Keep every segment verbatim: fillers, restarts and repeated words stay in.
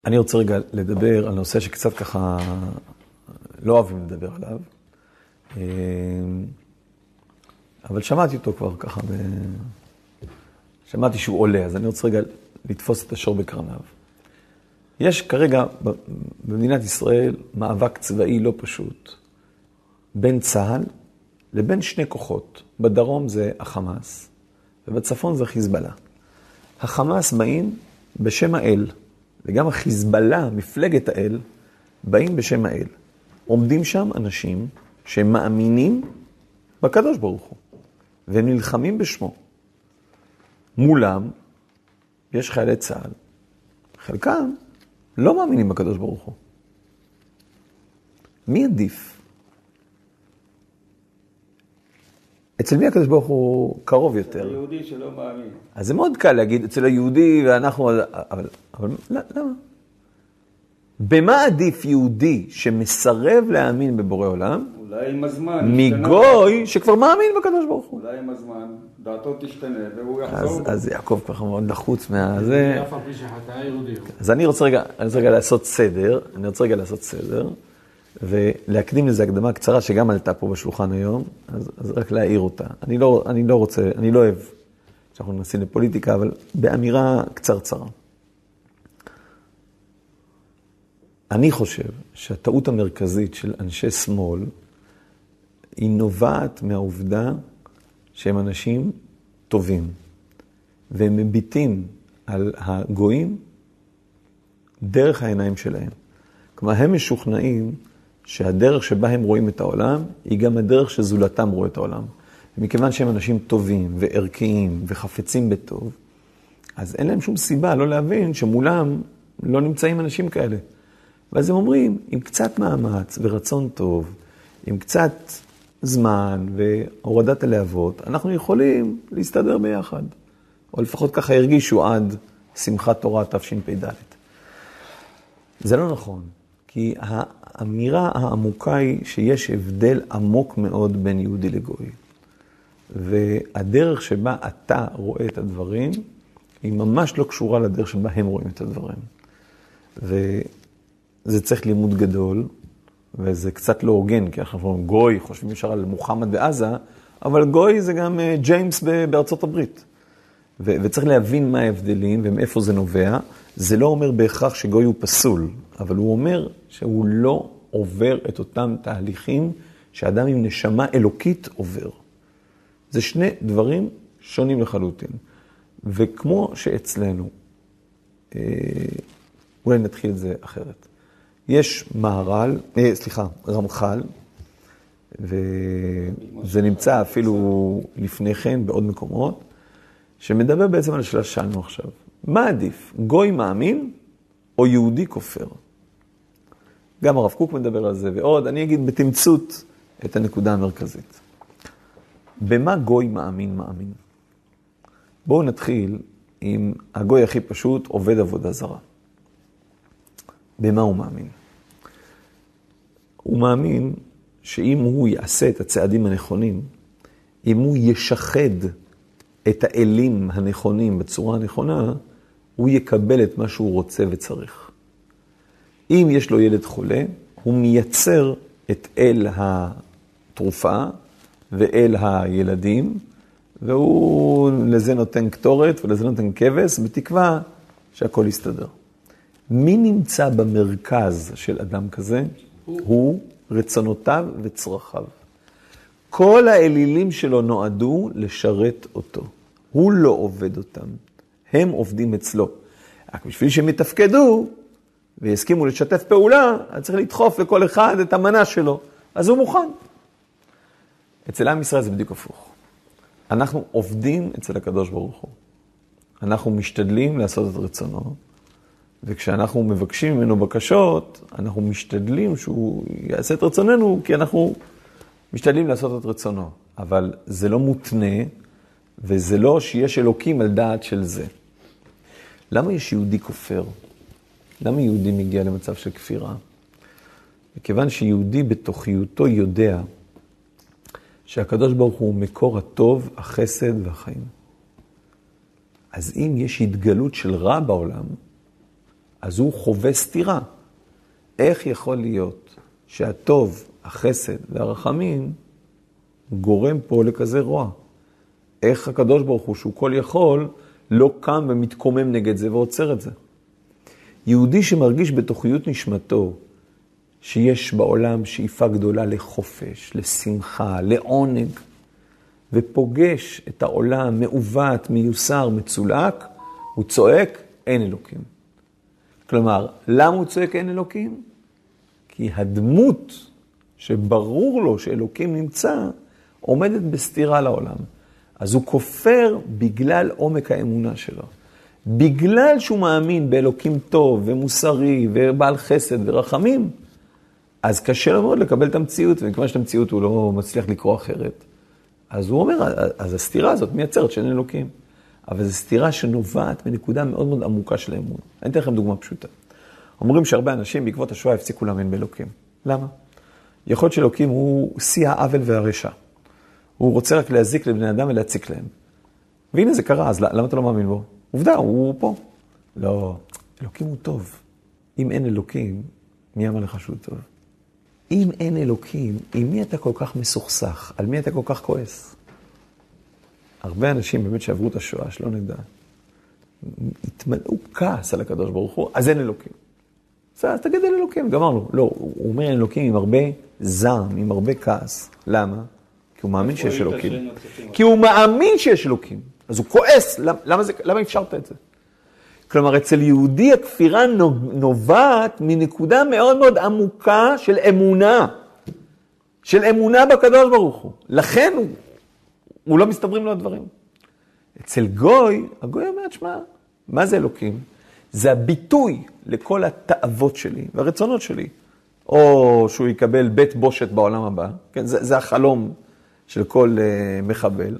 אני רוצה רגע לדבר על נושא שקצת ככה לא אוהבים לדבר עליו, אבל שמעתי אותו כבר ככה, ב... שמעתי שהוא עולה, אז אני רוצה רגע לתפוס את השור בקרניו. יש כרגע במדינת ישראל מאבק צבאי לא פשוט, בין צה"ל לבין שני כוחות. בדרום זה החמאס, ובצפון זה חיזבאללה. החמאס באים בשם האל, וגם החיזבאללה, מפלגת האל, באים בשם האל. עומדים שם אנשים שמאמינים בקדוש ברוך הוא, והם נלחמים בשמו. מולם יש חיילי צה"ל. חלקם לא מאמינים בקדוש ברוך הוא. מי עדיף? אצל מי הקדוש ברוך הוא קרוב יותר? אצל היהודי שלא מאמין. אז זה מאוד קל להגיד, אצל היהודי ואנחנו... אבל, אבל למה? במה עדיף יהודי שמסרב להאמין בבורא עולם? אולי עם הזמן. מגוי שכבר מאמין בקדוש ברוך הוא. אולי עם הזמן, דעתו תשתנה והוא יחזור. אז, אז יעקב ככה מאוד לחוץ מה... זה... אף על פי שחטא יהודי. אז אני רוצה רגע, אני רוצה רגע לעשות סדר, אני רוצה רגע לעשות סדר, ולהקדים לזה הקדמה קצרה שגם עלתה פה בשולחן היום, אז, אז רק להעיר אותה. אני לא, אני לא רוצה, אני לא אוהב שאנחנו ננסים לפוליטיקה, אבל באמירה קצרצרה. אני חושב שהטעות המרכזית של אנשי שמאל היא נובעת מהעובדה שהם אנשים טובים, והם מביטים על הגויים דרך העיניים שלהם. כלומר, הם משוכנעים שהדרך שבה הם רואים את העולם היא גם הדרך שזולתם רואה את העולם. ומכיוון שהם אנשים טובים וערכיים וחפצים בטוב, אז אין להם שום סיבה לא להבין שמולם לא נמצאים אנשים כאלה. ואז הם אומרים, עם קצת מאמץ ורצון טוב, עם קצת זמן והורדת הלהבות, אנחנו יכולים להסתדר ביחד. או לפחות ככה הרגישו עד שמחת תורה תשפ"ד. זה לא נכון, כי האמירה העמוקה היא שיש הבדל עמוק מאוד בין יהודי לגוי. והדרך שבה אתה רואה את הדברים, היא ממש לא קשורה לדרך שבה הם רואים את הדברים. וזה צריך לימוד גדול, וזה קצת לא הוגן, כי אנחנו אומרים גוי, חושבים ישר על מוחמד בעזה, אבל גוי זה גם ג'יימס בארצות הברית. ו- וצריך להבין מה ההבדלים ומאיפה זה נובע. זה לא אומר בהכרח שגוי הוא פסול, אבל הוא אומר שהוא לא עובר את אותם תהליכים שאדם עם נשמה אלוקית עובר. זה שני דברים שונים לחלוטין. וכמו שאצלנו, אה, אולי נתחיל את זה אחרת. יש מהר"ל, אה, סליחה, רמח"ל, וזה נמצא אפילו לפני כן בעוד מקומות, שמדבר בעצם על השאלה ששאלנו עכשיו. מה עדיף? גוי מאמין או יהודי כופר? גם הרב קוק מדבר על זה, ועוד, אני אגיד בתמצות את הנקודה המרכזית. במה גוי מאמין מאמין? בואו נתחיל עם הגוי הכי פשוט, עובד עבודה זרה. במה הוא מאמין? הוא מאמין שאם הוא יעשה את הצעדים הנכונים, אם הוא ישחד את האלים הנכונים בצורה הנכונה, הוא יקבל את מה שהוא רוצה וצריך. אם יש לו ילד חולה, הוא מייצר את אל התרופה ואל הילדים, והוא לזה נותן קטורת ולזה נותן כבש, בתקווה שהכל יסתדר. מי נמצא במרכז של אדם כזה? הוא, הוא רצונותיו וצרכיו. כל האלילים שלו נועדו לשרת אותו. הוא לא עובד אותם. הם עובדים אצלו. רק בשביל שהם יתפקדו ויסכימו לשתף פעולה, אז צריך לדחוף לכל אחד את המנה שלו. אז הוא מוכן. אצל עם ישראל זה בדיוק הפוך. אנחנו עובדים אצל הקדוש ברוך הוא. אנחנו משתדלים לעשות את רצונו, וכשאנחנו מבקשים ממנו בקשות, אנחנו משתדלים שהוא יעשה את רצוננו, כי אנחנו משתדלים לעשות את רצונו. אבל זה לא מותנה, וזה לא שיש אלוקים על דעת של זה. למה יש יהודי כופר? למה יהודי מגיע למצב של כפירה? מכיוון שיהודי בתוכיותו יודע שהקדוש ברוך הוא מקור הטוב, החסד והחיים. אז אם יש התגלות של רע בעולם, אז הוא חווה סתירה. איך יכול להיות שהטוב, החסד והרחמים גורם פה לכזה רוע? איך הקדוש ברוך הוא, שהוא כל יכול, לא קם ומתקומם נגד זה ועוצר את זה? יהודי שמרגיש בתוכיות נשמתו, שיש בעולם שאיפה גדולה לחופש, לשמחה, לעונג, ופוגש את העולם מעוות, מיוסר, מצולק, הוא צועק, אין אלוקים. כלומר, למה הוא צועק אין אלוקים? כי הדמות שברור לו שאלוקים נמצא, עומדת בסתירה לעולם. אז הוא כופר בגלל עומק האמונה שלו. בגלל שהוא מאמין באלוקים טוב ומוסרי ובעל חסד ורחמים, אז קשה לו מאוד לקבל את המציאות, וכיוון שאת המציאות הוא לא מצליח לקרוא אחרת. אז הוא אומר, אז הסתירה הזאת מייצרת שאין אלוקים. אבל זו סתירה שנובעת מנקודה מאוד מאוד עמוקה של האמון. אני אתן לכם דוגמה פשוטה. אומרים שהרבה אנשים בעקבות השואה הפסיקו להאמין באלוקים. למה? יכול להיות שאלוקים הוא שיא העוול והרשע. הוא רוצה רק להזיק לבני אדם ולהציק להם. והנה זה קרה, אז למה אתה לא מאמין בו? עובדה, הוא פה. לא, אלוקים הוא טוב. אם אין אלוקים, מי אמר לך שהוא טוב? אם אין אלוקים, עם מי אתה כל כך מסוכסך? על מי אתה כל כך כועס? הרבה אנשים באמת שעברו את השואה, שלא נדע, התמלאו כעס על הקדוש ברוך הוא, אז אין אלוקים. אז תגיד אין אלוקים, גמרנו. לא, הוא אומר אין אלוקים עם הרבה זעם, עם הרבה כעס. למה? כי הוא מאמין שיש אלוקים. כי הוא מאמין שיש אלוקים. אז הוא כועס, למה, זה, למה אפשרת את זה? כלומר, אצל יהודי הכפירה נובעת מנקודה מאוד מאוד עמוקה של אמונה. של אמונה בקדוש ברוך הוא. לכן הוא, הוא לא מסתברים לו הדברים. אצל גוי, הגוי אומר, שמה, מה זה אלוקים? זה הביטוי לכל התאוות שלי והרצונות שלי. או שהוא יקבל בית בושת בעולם הבא. כן, זה, זה החלום של כל uh, מחבל.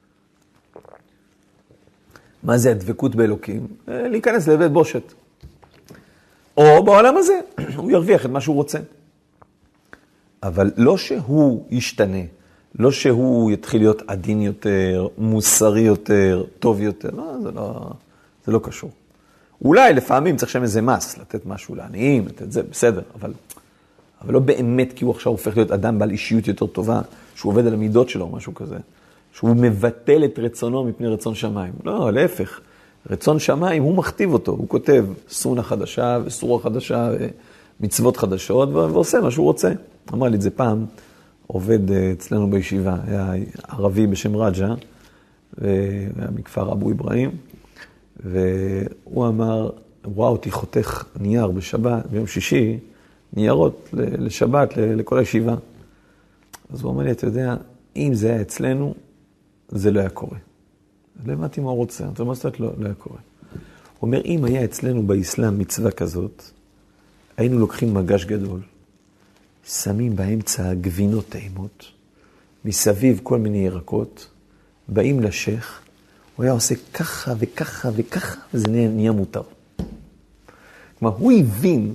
מה זה הדבקות באלוקים? להיכנס לבית בושת. או בעולם הזה, הוא ירוויח את מה שהוא רוצה. אבל לא שהוא ישתנה, לא שהוא יתחיל להיות עדין יותר, מוסרי יותר, טוב יותר, לא, זה לא, זה לא קשור. אולי לפעמים צריך שם איזה מס, לתת משהו לעניים, לתת זה, בסדר, אבל, אבל לא באמת כי הוא עכשיו הופך להיות אדם בעל אישיות יותר טובה, שהוא עובד על המידות שלו או משהו כזה. שהוא מבטל את רצונו מפני רצון שמיים. לא, להפך. רצון שמיים, הוא מכתיב אותו. הוא כותב סונה חדשה וסורה חדשה ומצוות חדשות, ועושה מה שהוא רוצה. אמר לי את זה פעם, עובד אצלנו בישיבה, היה ערבי בשם רג'ה, והיה מכפר אבו אברהים, והוא אמר, רואה אותי חותך נייר בשבת, ביום שישי, ניירות לשבת, לכל הישיבה. אז הוא אמר לי, אתה יודע, אם זה היה אצלנו, זה לא היה קורה. לא הבנתי מה הוא רוצה, אתה מה עשית? לא, לא היה קורה. הוא אומר, אם היה אצלנו באסלאם מצווה כזאת, היינו לוקחים מגש גדול, שמים באמצע גבינות טעימות, מסביב כל מיני ירקות, באים לשייך, הוא היה עושה ככה וככה וככה, וזה נהיה מותר. כלומר, הוא הבין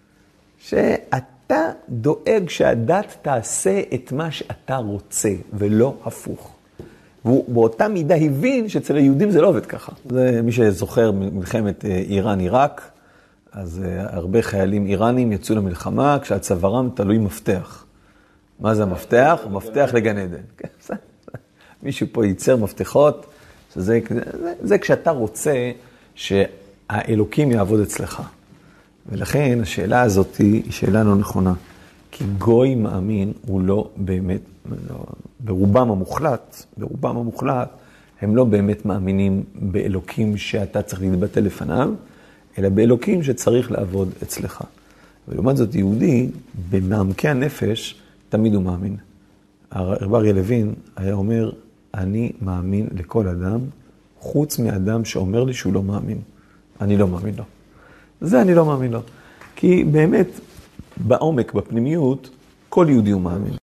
שאתה דואג שהדת תעשה את מה שאתה רוצה, ולא הפוך. והוא באותה מידה הבין שאצל היהודים זה לא עובד ככה. זה מי שזוכר מלחמת איראן-עיראק, אז הרבה חיילים איראנים יצאו למלחמה כשהצווארם תלוי מפתח. מה זה המפתח? המפתח לגן עדן. מישהו פה ייצר מפתחות, שזה, זה, זה כשאתה רוצה שהאלוקים יעבוד אצלך. ולכן השאלה הזאת היא שאלה לא נכונה. כי גוי מאמין הוא לא באמת, לא, ברובם המוחלט, ברובם המוחלט, הם לא באמת מאמינים באלוקים שאתה צריך להתבטא לפניו, אלא באלוקים שצריך לעבוד אצלך. ולעומת זאת יהודי, במעמקי הנפש, תמיד הוא מאמין. הרב אריה לוין היה אומר, אני מאמין לכל אדם, חוץ מאדם שאומר לי שהוא לא מאמין. אני לא מאמין לו. זה אני לא מאמין לו. כי באמת, בעומק, בפנימיות, כל יהודי הוא מאמין.